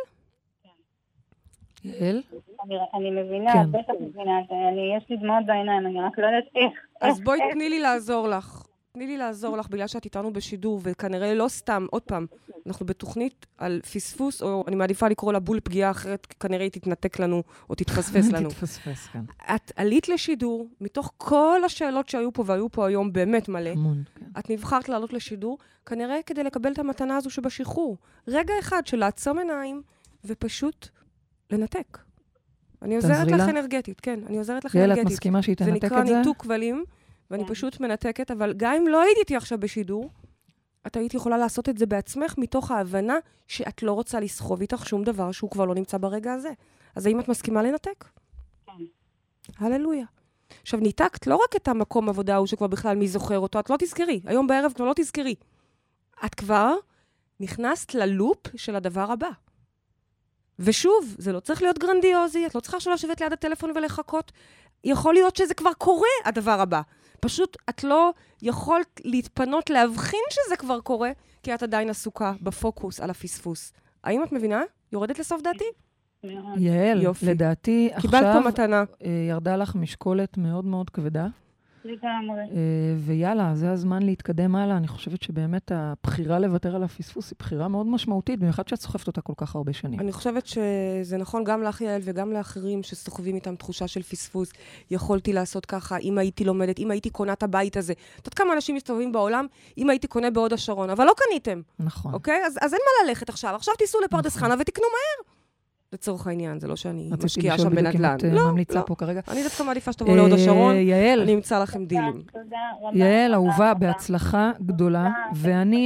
יעל? אני מבינה, בטח מבינה. יש לי דמעות בעיניים, אני רק לא יודעת איך. אז בואי תני לי לעזור לך. תני לי לעזור לך בגלל שאת איתנו בשידור, וכנראה לא סתם, עוד פעם, אנחנו בתוכנית על פספוס, או אני מעדיפה לקרוא לה בול פגיעה אחרת, כנראה היא תתנתק לנו, או תתפספס לנו. תתפספס, כן. את עלית לשידור, מתוך כל השאלות שהיו פה, והיו פה היום באמת מלא, את נבחרת לעלות לשידור, כנראה כדי לקבל את המתנה הזו שבשחרור. רגע אחד של לעצום עיניים, ופשוט לנתק. אני עוזרת לך אנרגטית, כן, אני עוזרת לך אנרגטית. יעל, את מסכימה שהיא תנתק את זה? זה נקרא ניתוק כבלים, ואני פשוט מנתקת, אבל גם אם לא הייתי עכשיו בשידור, את היית יכולה לעשות את זה בעצמך, מתוך ההבנה שאת לא רוצה לסחוב איתך שום דבר שהוא כבר לא נמצא ברגע הזה. אז האם את מסכימה לנתק? כן. הללויה. עכשיו, ניתקת לא רק את המקום עבודה הוא שכבר בכלל מי זוכר אותו, את לא תזכרי. היום בערב כבר לא תזכרי. את כבר נכנסת ללופ של הדבר הבא. ושוב, זה לא צריך להיות גרנדיוזי, את לא צריכה עכשיו לשבת ליד הטלפון ולחכות. יכול להיות שזה כבר קורה, הדבר הבא. פשוט את לא יכולת להתפנות להבחין שזה כבר קורה, כי את עדיין עסוקה בפוקוס על הפספוס. האם את מבינה? יורדת לסוף דעתי? יעל, לדעתי קיבלת עכשיו מתנה. ירדה לך משקולת מאוד מאוד כבדה. לגמרי. ויאללה, זה הזמן להתקדם הלאה. אני חושבת שבאמת הבחירה לוותר על הפספוס היא בחירה מאוד משמעותית, במיוחד שאת סוחפת אותה כל כך הרבה שנים. אני חושבת שזה נכון גם לך, יעל, וגם לאחרים שסוחבים איתם תחושה של פספוס. יכולתי לעשות ככה, אם הייתי לומדת, אם הייתי קונה את הבית הזה. את יודעת כמה אנשים מסתובבים בעולם, אם הייתי קונה בהוד השרון, אבל לא קניתם. נכון. אוקיי? אז אין מה ללכת עכשיו. עכשיו תיסעו לפרדס חנה ותקנו מהר. לצורך העניין, זה לא שאני משקיעה שם בנדל"ן. לא, ממליצה פה כרגע. אני דווקא מעדיפה שתבואו להוד השרון, יעל, אני אמצא לכם דילים. תודה רבה. יעל, אהובה, בהצלחה גדולה, ואני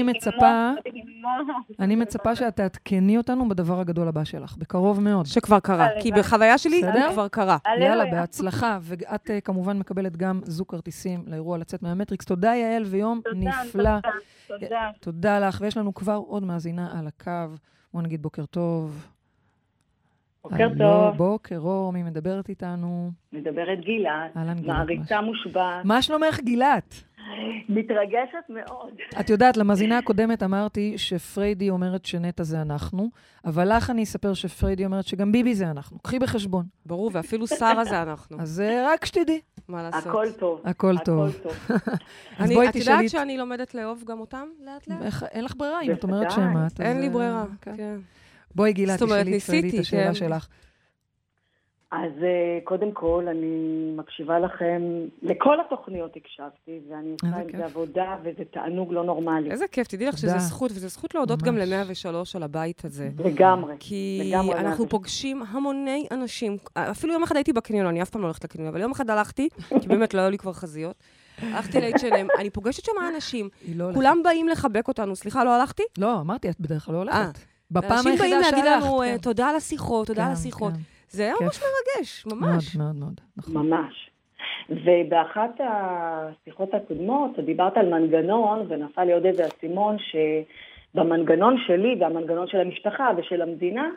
מצפה שאת תעדכני אותנו בדבר הגדול הבא שלך, בקרוב מאוד. שכבר קרה, כי בחוויה שלי זה כבר קרה. יאללה, בהצלחה, ואת כמובן מקבלת גם זוג כרטיסים לאירוע לצאת מהמטריקס. תודה, יעל, ויום נפלא. תודה. תודה לך, ויש לנו כבר עוד מאזינה על הקו. בוא נגיד בוקר טוב. בוקר טוב. בוקר אור, מי מדברת איתנו? מדברת גילת. אהלן גילת. מעריצה מושבעת. מה שלומך גילת? מתרגשת מאוד. את יודעת, למאזינה הקודמת אמרתי שפריידי אומרת שנטע זה אנחנו, אבל לך אני אספר שפריידי אומרת שגם ביבי זה אנחנו. קחי בחשבון. ברור, ואפילו שרה זה אנחנו. אז רק שתדעי. מה לעשות? הכל טוב. הכל טוב. אז בואי תשאלי. את יודעת שאני לומדת לאהוב גם אותם לאט לאט? אין לך ברירה, אם את אומרת שמה. אין לי ברירה, כן. בואי גילה, תשאלי את השאלה שלך. אז קודם כל, אני מקשיבה לכם, לכל התוכניות הקשבתי, ואני עושה עם זה עבודה, וזה תענוג לא נורמלי. איזה כיף, תדעי לך שזה זכות, וזה זכות להודות גם ל-103 על הבית הזה. לגמרי. כי אנחנו פוגשים המוני אנשים, אפילו יום אחד הייתי בקניון, אני אף פעם לא הולכת לקניון, אבל יום אחד הלכתי, כי באמת לא היו לי כבר חזיות, הלכתי ל-H&M, אני פוגשת שם אנשים, כולם באים לחבק אותנו, סליחה, לא הלכתי? לא, אמרתי, את בדרך כלל לא הולכת. אנשים באים להגיד לנו, תודה על השיחות, תודה על השיחות. זה היה ממש מרגש, ממש. מאוד, מאוד, מאוד. ממש. ובאחת השיחות הקודמות, דיברת על מנגנון, ונפל לי עוד איזה אסימון, שבמנגנון שלי, והמנגנון של המשפחה ושל המדינה,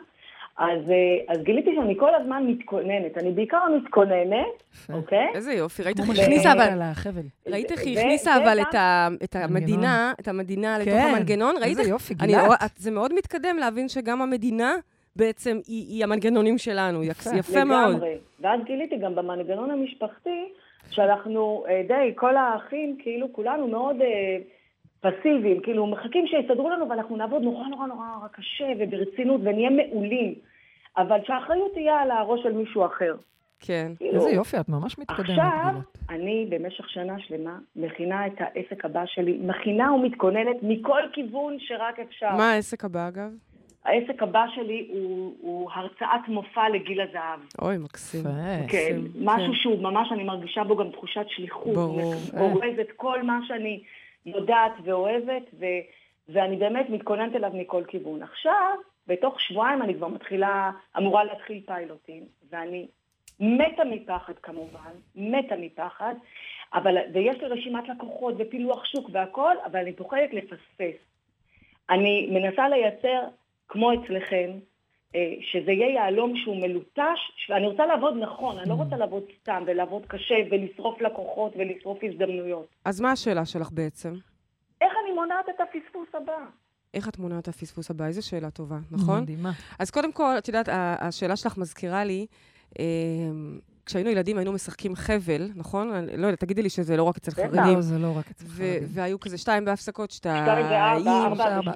אז גיליתי שאני כל הזמן מתכוננת. אני בעיקר מתכוננת, אוקיי? איזה יופי, ראית איך הכניסה, אבל... ראית איך הכניסה, אבל את המדינה לתוך המנגנון? איזה יופי, גילת. זה מאוד מתקדם להבין שגם המדינה בעצם היא המנגנונים שלנו, יפה מאוד. לגמרי. ואז גיליתי גם במנגנון המשפחתי, שאנחנו די, כל האחים, כאילו כולנו מאוד פסיביים, כאילו מחכים שיסדרו לנו, ואנחנו נעבוד נורא נורא נורא קשה וברצינות, ונהיה מעולים. אבל שהאחריות תהיה על הראש של מישהו אחר. כן. איזה יופי, את ממש מתקדמת. עכשיו, אני במשך שנה שלמה מכינה את העסק הבא שלי, מכינה ומתכוננת מכל כיוון שרק אפשר. מה העסק הבא, אגב? העסק הבא שלי הוא הרצאת מופע לגיל הזהב. אוי, מקסים. כן, משהו שהוא ממש, אני מרגישה בו גם תחושת שליחות. ברור. אוהבת כל מה שאני יודעת ואוהבת, ואני באמת מתכוננת אליו מכל כיוון. עכשיו, בתוך שבועיים אני כבר אמורה להתחיל פיילוטים, ואני מתה מפחד כמובן, מתה מפחד, ויש לי רשימת לקוחות ופילוח שוק והכל, אבל אני פוחדת לפספס. אני מנסה לייצר, כמו אצלכם, שזה יהיה יעלום שהוא מלוטש, ואני רוצה לעבוד נכון, אני לא רוצה לעבוד סתם ולעבוד קשה ולשרוף לקוחות ולשרוף הזדמנויות. אז מה השאלה שלך בעצם? איך אני מונעת את הפספוס הבא? איך את מונעת את הפספוס הבא? איזו שאלה טובה, נכון? מדהימה. אז קודם כל, את יודעת, השאלה שלך מזכירה לי, כשהיינו ילדים היינו משחקים חבל, נכון? אני לא יודעת, תגידי לי שזה לא רק אצל חרדים. לא, זה לא רק אצל חרדים. והיו כזה 2 בהפסקות, 2 ו4, 4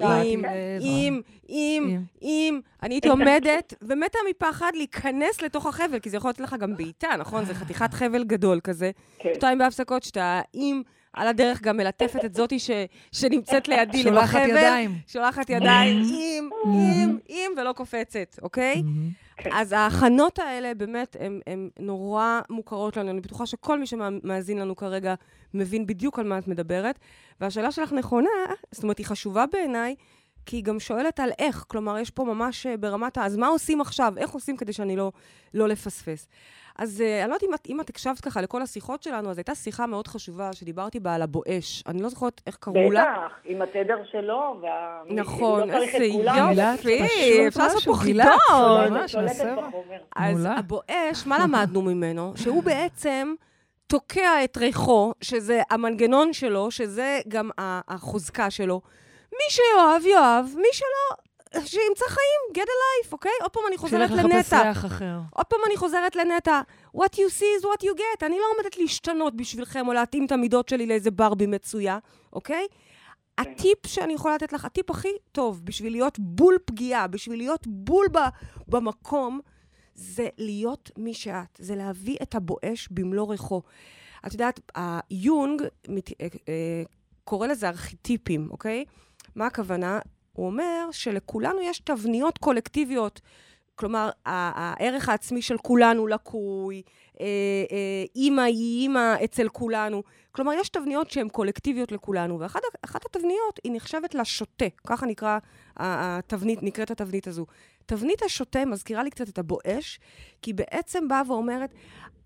אם, אני הייתי עומדת ומתה מפחד להיכנס לתוך החבל, כי זה יכול להיות לך גם בעיטה, נכון? זה חתיכת חבל גדול כזה. 2 בהפסקות, 2 על הדרך גם מלטפת את זאתי שנמצאת לידי לחבל. שולחת ידיים. שולחת ידיים, אם, ולא קופצת, אוקיי? אז ההכנות האלה באמת הן נורא מוכרות לנו. אני בטוחה שכל מי שמאזין לנו כרגע מבין בדיוק על מה את מדברת. והשאלה שלך נכונה, זאת אומרת, היא חשובה בעיניי, כי היא גם שואלת על איך. כלומר, יש פה ממש ברמת אז מה עושים עכשיו? איך עושים כדי שאני לא לפספס? אז אני לא יודעת אם את הקשבת ככה לכל השיחות שלנו, אז הייתה שיחה מאוד חשובה שדיברתי בה על הבואש. אני לא זוכרת איך קראו לה. בטח, עם התדר שלו, נכון, איזה יופי, אפשר לעשות פה חידון. ממש, נסברה. אז הבואש, מה למדנו ממנו? שהוא בעצם תוקע את ריחו, שזה המנגנון שלו, שזה גם החוזקה שלו. מי שיואב, יואב, מי שלא, שימצא חיים, get a life, אוקיי? עוד פעם אני חוזרת לנטה. שלך לחפש ריח אחר. עוד פעם אני חוזרת לנטה. What you see is what you get. אני לא עומדת להשתנות בשבילכם, או להתאים את המידות שלי לאיזה ברבי מצויה, אוקיי? הטיפ שאני יכולה לתת לך, הטיפ הכי טוב בשביל להיות בול פגיעה, בשביל להיות בול במקום, זה להיות מי שאת. זה להביא את הבואש במלוא ריחו. את יודעת, יונג קורא לזה ארכיטיפים, אוקיי? מה הכוונה? הוא אומר שלכולנו יש תבניות קולקטיביות, כלומר, הערך העצמי של כולנו לקוי, אימא היא אימא אצל כולנו, כלומר, יש תבניות שהן קולקטיביות לכולנו, ואחת התבניות היא נחשבת לשוטה, ככה נקראת התבנית הזו. תבנית השוטה מזכירה לי קצת את הבואש, כי בעצם באה ואומרת,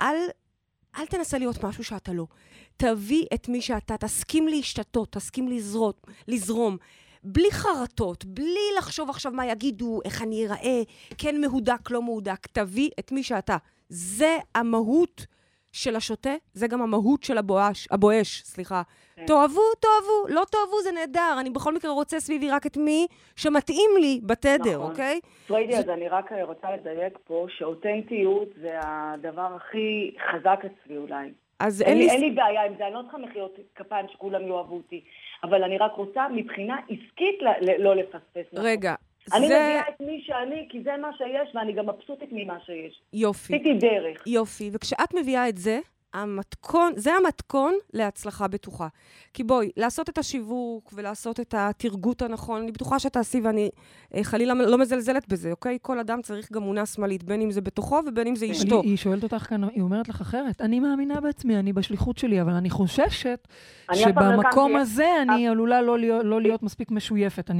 אל תנסה להיות משהו שאתה לא. תביא את מי שאתה, תסכים להשתתות, תסכים לזרום, בלי חרטות, בלי לחשוב עכשיו מה יגידו, איך אני אראה, כן מהודק, לא מהודק, תביא את מי שאתה. זה המהות של השוטה, זה גם המהות של הבואש, סליחה. תאהבו, לא תאהבו, זה נהדר, אני בכל מקרה רוצה סביבי רק את מי שמתאים לי בתדר, אוקיי? פריידי, אז אני רק רוצה לדייק פה, שאותנטיות זה הדבר הכי חזק אצלי אולי. אז אין לי בעיה עם זה, אני לא צריכה מחיאות כפיים שכולם יאהבו אותי, אבל אני רק רוצה מבחינה עסקית לא לפספס. רגע, אני מביאה את מי שאני, כי זה מה שיש, ואני גם מבסוטית ממה שיש. יופי. עשיתי דרך. יופי, וכשאת מביאה את זה, זה המתכון להצלחה בטוחה. כי בואי, לעשות את השיווק ולעשות את התרגות הנכון, אני בטוחה שתעשי ואני חלילה לא מזלזלת בזה, אוקיי? כל אדם צריך גם מונה שמאלית, בין אם זה בתוכו ובין אם זה אשתו. היא שואלת אותך כאן, היא אומרת לך אחרת, אני מאמינה בעצמי, אני בשליחות שלי, אבל אני חוששת שבמקום הזה אני עלולה לא להיות מספיק משויפת.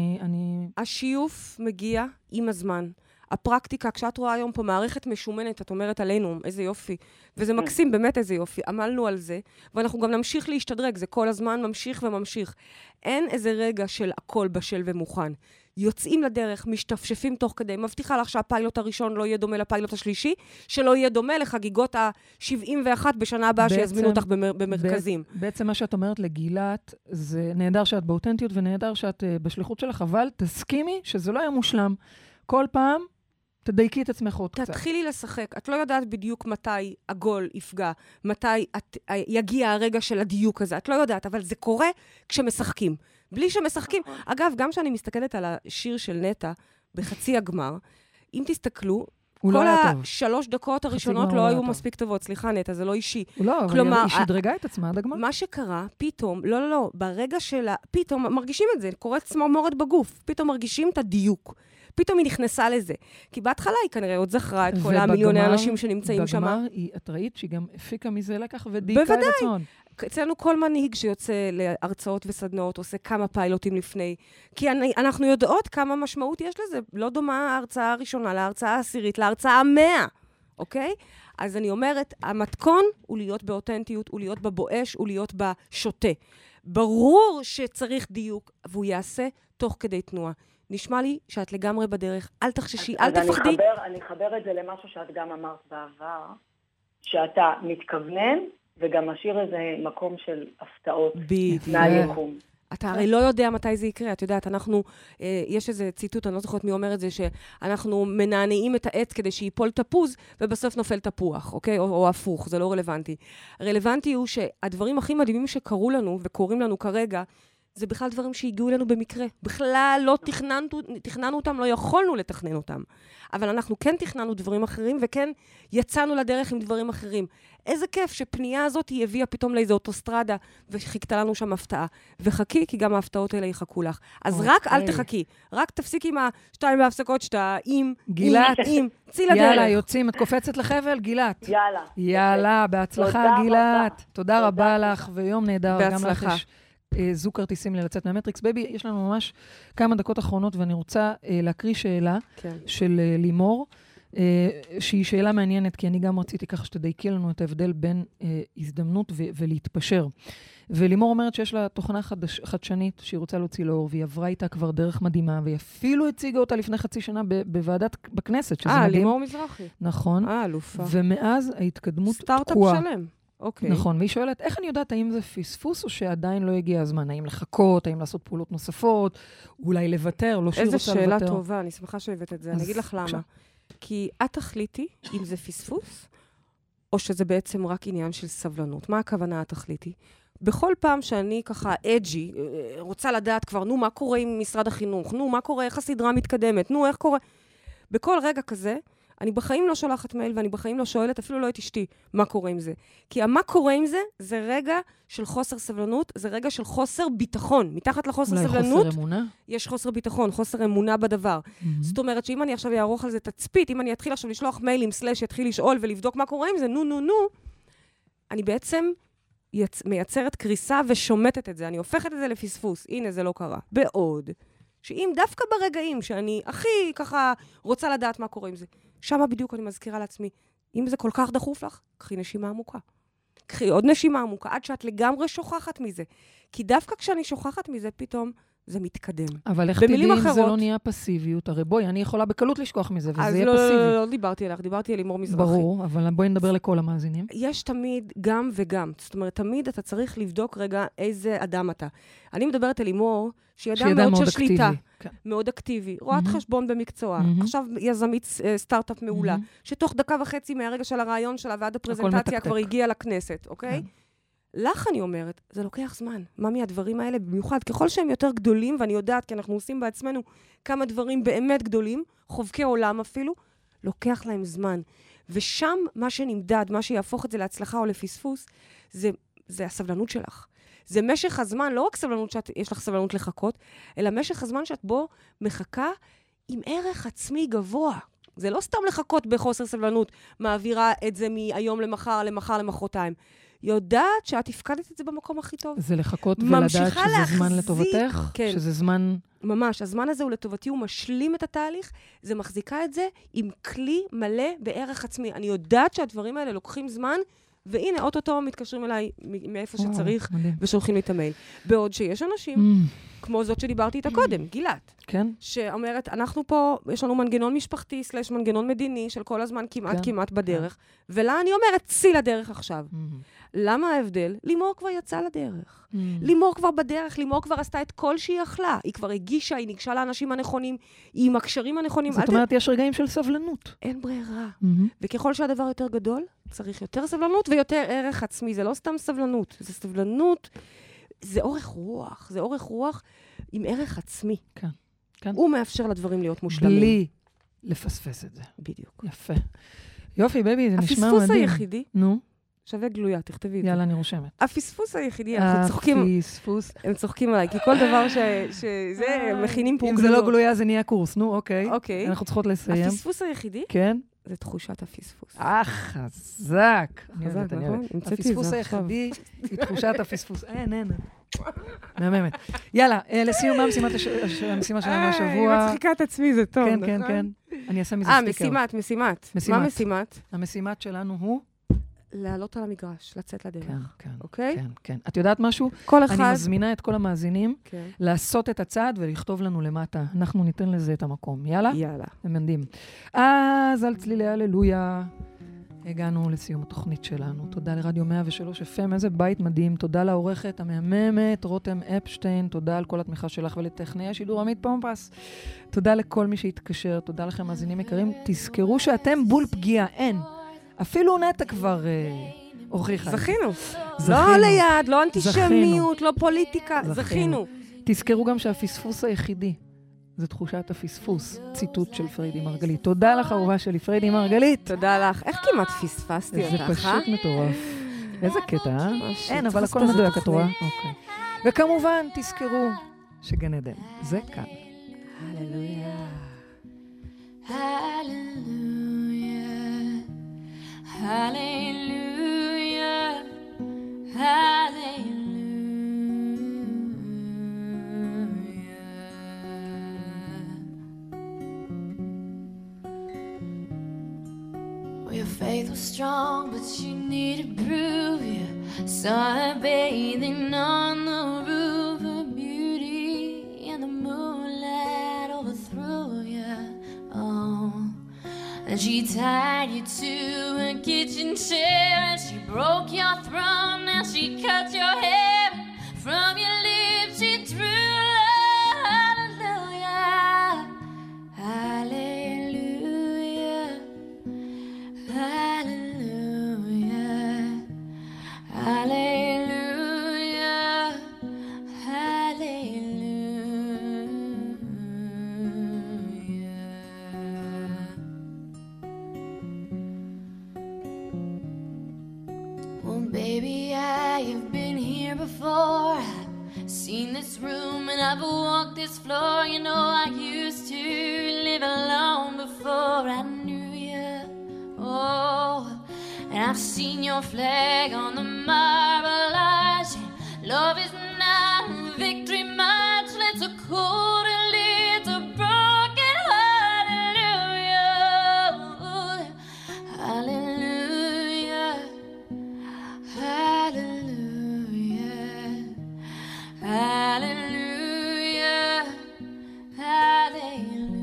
השיוף מגיע עם הזמן. הפרקטיקה, כשאת רואה היום פה מערכת משומנת, את אומרת עלינו, איזה יופי. וזה מקסים, באמת איזה יופי. עמלנו על זה, ואנחנו גם נמשיך להשתדרג, זה כל הזמן ממשיך וממשיך. אין איזה רגע של הכל בשל ומוכן. יוצאים לדרך, משתפשפים תוך כדי, מבטיחה לך שהפיילוט הראשון לא יהיה דומה לפיילוט השלישי, שלא יהיה דומה לחגיגות ה-71 בשנה הבאה שיזמינו אותך במרכזים. בעצם מה שאת אומרת לגילת, זה נהדר שאת באותנטיות ונהדר שאת בשליחות שלך, אבל תסכימי שזה לא היה מושלם. כל פעם תדייקי את עצמך עוד קצת. תתחילי לשחק. את לא יודעת בדיוק מתי הגול יפגע, מתי יגיע הרגע של הדיוק הזה. את לא יודעת, אבל זה קורה כשמשחקים. בלי שמשחקים. אגב, גם כשאני מסתכלת על השיר של נטה, בחצי הגמר, אם תסתכלו, כל 3 דקות הראשונות לא היו מספיק טובות. סליחה, נטה, זה לא אישי. לא, אבל היא שדרגה את עצמה עד הגמר. מה שקרה, פתאום, לא, ברגע שלה, פתאום מרגישים את זה, קוראת צמרמורת בגוף, פתאום מרגישים את הדיוק. פתאום היא נכנסה לזה. כי בהתחלה היא כנראה עוד זכרה את כל המיליוני האנשים שנמצאים שם. בגמר, את ראית שהיא גם הפיקה מזה לקח ודייקה את עצמם. אצלנו כל מנהיג שיוצא להרצאות וסדנאות עושה כמה פיילוטים לפני, כי אנחנו יודעות כמה משמעות יש לזה. לא דומה ההרצאה הראשונה להרצאה העשירית, להרצאה 100, אוקיי? אז אני אומרת, המתכון הוא להיות באותנטיות, הוא להיות בבואש, הוא להיות בשוטה. ברור שצריך דיוק, והוא יעשה תוך כדי תנועה. נשמע לי שאת לגמרי בדרך, אל תחששי, אל תפחדי. אני אחבר את זה למשהו שאת גם אמרת בעבר, שאתה מתכוונן, וגם משאיר איזה מקום של הפתעות מהיקום. אתה הרי לא יודע מתי זה יקרה, את יודעת, יש איזה ציטוט, אני לא זוכרת מי אומר את זה, שאנחנו מנענעים את העץ כדי שיפול תפוז, ובסוף נופל תפוח, אוקיי? או הפוך, זה לא רלוונטי. הרלוונטי הוא שהדברים הכי מדהימים שקרו לנו, וקורים לנו כרגע, זה בכלל דברים שהגיעו אלינו במקרה. בכלל לא תכננו אותם, לא יכולנו לתכנן אותם. אבל אנחנו כן תכננו דברים אחרים, וכן יצאנו לדרך עם דברים אחרים. איזה כיף שפנייה הזאת היא הביאה פתאום לאיזו אוטוסטרדה, וחיכתה לנו שם הפתעה. וחכי, כי גם ההפתעות האלה יחכו לך. אז רק אל תחכי. רק תפסיק עם השתיים בהפסקות שאתה גילת, צי לדרך. יאללה, יוצאים, את קופצת לחבל, גילת. יאללה. בהצלחה, גילת. תודה רבה לך, ויום נהדר. בהצלחה. זוג כרטיסים לצאת מהמטריקס. בייבי, יש לנו ממש כמה דקות אחרונות, ואני רוצה להקריא שאלה של לימור, שהיא שאלה מעניינת, כי אני גם רציתי ככה שתדייקי לנו את ההבדל בין הזדמנות ולהתפשר. ולימור אומרת שיש לה תוכנה חדשנית שהיא רוצה להוציא לאור, והיא עברה איתה כבר דרך מדהימה, והיא אפילו הציגה אותה לפני חצי שנה בוועדת בכנסת, שזה מדהים. לימור מזרחי. נכון. אלופה. ומאז ההתקדמות תקועה. סטארט-אפ שלם. אוקיי. נכון, והיא שואלת, איך אני יודעת האם זה פספוס או שעדיין לא הגיע הזמן? האם לחכות, האם לעשות פעולות נוספות, אולי לוותר, לא שהיא רוצה לוותר. איזה שאלה טובה, אני שמחה שהבאת את זה. אני אגיד לך למה. כי את תחליטי אם זה פספוס, או שזה בעצם רק עניין של סבלנות. מה הכוונה את תחליטי? בכל פעם שאני ככה אג'י, רוצה לדעת כבר, מה קורה עם משרד החינוך? מה קורה, איך הסדרה מתקדמת? איך קורה? בכל רגע כזה, אני בחיים לא שולחת מייל, ואני בחיים לא שואלת, אפילו לא את אשתי, מה קורה עם זה. כי מה קורה עם זה, זה רגע של חוסר סבלנות, זה רגע של חוסר ביטחון. מתחת לחוסר סבלנות, חוסר אמונה? יש חוסר ביטחון, חוסר אמונה בדבר. זאת אומרת שאם אני עכשיו אערוך על זה תצפית, אם אני אתחיל עכשיו לשלוח מיילים, יתחיל לשאול ולבדוק מה קורה עם זה, אני בעצם מייצרת קריסה ושומטת את זה. אני הופכת את זה לפספוס. הנה, זה לא קרה. בעוד שאם דווקא ברגעים שאני הכי ככה רוצה לדעת מה קורה עם זה, שמה בדיוק אני מזכירה לעצמי, אם זה כל כך דחוף לך, קחי נשימה עמוקה. קחי עוד נשימה עמוקה, עד שאת לגמרי שוכחת מזה. כי דווקא כשאני שוכחת מזה, פתאום זה מתקדם. אבל איך תדעי אם זה לא נהיה פסיביות? הרי בואי, אני יכולה בקלות לשכוח מזה, וזה יהיה פסיבי. אז לא דיברתי עליך, דיברתי על לימור מזרחי. ברור, אבל בואי נדבר לכל המאזינים. יש תמיד גם וגם. זאת אומרת, תמיד אתה צריך לבדוק רגע איזה אדם אתה. אני מדברת על לימור, שהיא אדם מאוד של שליטה. מאוד אקטיבי. רואת חשבון במקצוע. עכשיו יזמית סטארט-אפ מעולה, שתוך דקה וחצי מהרגע של הרעיון שלה ועד הפרזנטציה כבר הגיעה לכנסת, אוקיי? לך אני אומרת, זה לוקח זמן. מה מהדברים האלה? במיוחד, ככל שהם יותר גדולים, ואני יודעת, כי אנחנו עושים בעצמנו כמה דברים באמת גדולים, חובקי עולם אפילו, לוקח להם זמן. ושם מה שנמדד, מה שיהפוך את זה להצלחה או לפספוס, זה הסבלנות שלך. זה משך הזמן, לא רק סבלנות שיש לך סבלנות לחכות, אלא משך הזמן שאת בו מחכה עם ערך עצמי גבוה. זה לא סתם לחכות בחוסר סבלנות, מעבירה את זה מהיום למחר, למחרתיים. יודעת שאת הפקדת את זה במקום הכי טוב. זה לחכות ולדעת שזה זמן לטובתך? כן. שזה זמן... ממש, הזמן הזה הוא לטובתי, הוא משלים את התהליך, זה מחזיקה את זה עם כלי מלא בערך עצמי. אני יודעת שהדברים האלה לוקחים זמן, והנה, אוטוטו מתקשרים אליי מאיפה שצריך, ושולחים לי את המייל. בעוד שיש אנשים, כמו זאת שדיברתי איתה קודם, גילת. כן. שאומרת, אנחנו פה, יש לנו מנגנון משפחתי, מנגנון מדיני, של כל הזמן כמעט בדרך, ולה אני אומרת, צי לדרך עכשיו. למה ההבדל? לימור כבר יצאה לדרך. לימור כבר בדרך, לימור כבר עשתה את כל שהיא יכלה. היא כבר הגישה, היא ניגשה לאנשים הנכונים, היא עם הקשרים הנכונים. זאת אומרת, יש רגעים של סבלנות. אין ברירה. וככל שהדבר יותר גדול, צריך יותר סבלנות ויותר ערך עצמי. זה לא סתם סבלנות, זה סבלנות, זה אורך רוח. זה אורך רוח עם ערך עצמי. כן, כן. הוא מאפשר לדברים להיות מושלמים. בלי לפספס את זה. בדיוק. יפה. יופי, בייבי, זה נשמע מדהים. הפספוס היחידי, נו. שווה גלויה, תכתבי את זה. יאללה, אני רושמת. הפספוס היחידי, אנחנו צוחקים. הפספוס. הם צוחקים עליי, כי כל דבר שזה, מכינים פה אם זה לא גלויה, זה נהיה קורס. נו, אוקיי. אנחנו צריכות לסיים. הפספוס היחידי, כן. זה תחושת הפספוס. חזק. חזק, נכון? הפספוס היחידי היא תחושת הפספוס. אין. מהממת. יאללה, לסיום, מה המשימה שלנו השבוע? אני מצחיקה את עצמי, זה טוב, נכון? כן. אני אעשה מזה סטיקר. משימת. מה משימת? המשימת שלנו הוא? לעלות על המגרש, לצאת לדרך. כן. אוקיי? כן. את יודעת משהו? כל אחד... אני מזמינה את כל המאזינים כן. לעשות את הצעד ולכתוב לנו למטה. אנחנו ניתן לזה את המקום. יאללה? יאללה. הם מדהים. אז על צלילי הללויה, הגענו לסיום התוכנית שלנו. תודה לרדיו 103 FM, איזה בית מדהים. תודה לעורכת המהממת, רותם אפשטיין. תודה על כל התמיכה שלך ולטכנאי השידור עמית פומפס. תודה לכל מי שהתקשר. תודה לכם, מאזינים יקרים. תזכרו שאתם בול פגיעה. אין. אפילו נטע כבר הוכיחה. זכינו. לא ליד, לא אנטישמיות, לא פוליטיקה. זכינו. תזכרו גם שהפספוס היחידי זה תחושת הפספוס, ציטוט של פריידי מרגלית. תודה לך, אהובה שלי, פריידי מרגלית. תודה לך. איך כמעט פספסתי אותך? זה פשוט מטורף. איזה קטע, אין, אבל הכל מדויק, את רואה? אוקיי. וכמובן, תזכרו שגן עדן, זה כאן. הללויה. Hallelujah, hallelujah. Well, your faith was strong, but you needed proof. You saw her bathing on the roof, her beauty and the moonlight overthrew you. Oh. And she tied you to a kitchen chair, and she broke your throne, and she cut your hair. From your lips she drew hallelujah, hallelujah, hallelujah, hallelujah, hallelujah. Baby, I've been here before. I've seen this room and I've walked this floor. You know, I used to live alone before I knew you. Oh, and I've seen your flag on the marble arch. Love is not a victory march. Let's a cold and let's a broken hallelujah, hallelujah. Hallelujah, hallelujah, hallelujah.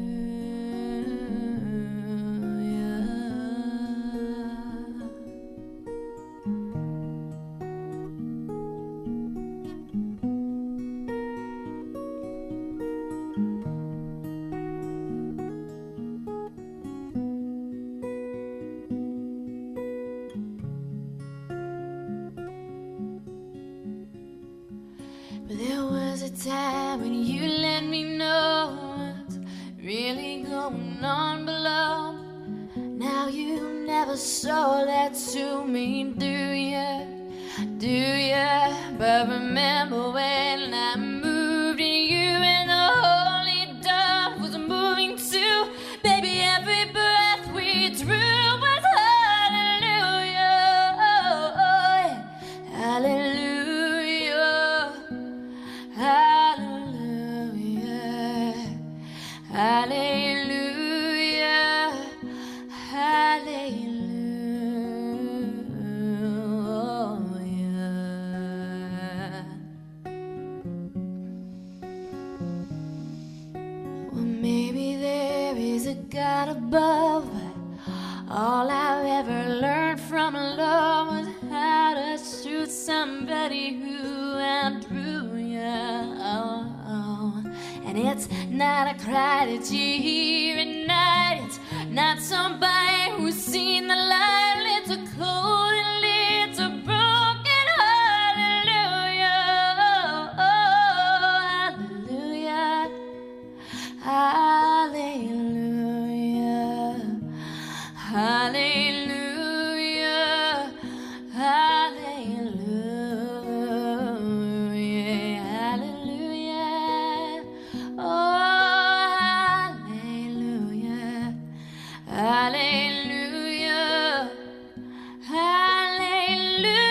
But there was a time when you let me know what's really going on below. Now you never saw that to me, do ya? Do ya? But remember when I moved in you and the holy dove was moving too. Baby, every breath we drew was hallelujah, hallelujah. Hallelujah, hallelujah. Well, maybe there is a God above, but all I've ever learned from love was how to shoot somebody who outdrew you. And it's not a cry that you hear at night. It's not somebody who's seen the light. It's a cold and it's a broken hallelujah, hallelujah, hallelujah, hallelujah, hallelujah. Oh, hallelujah, hallelujah. lose.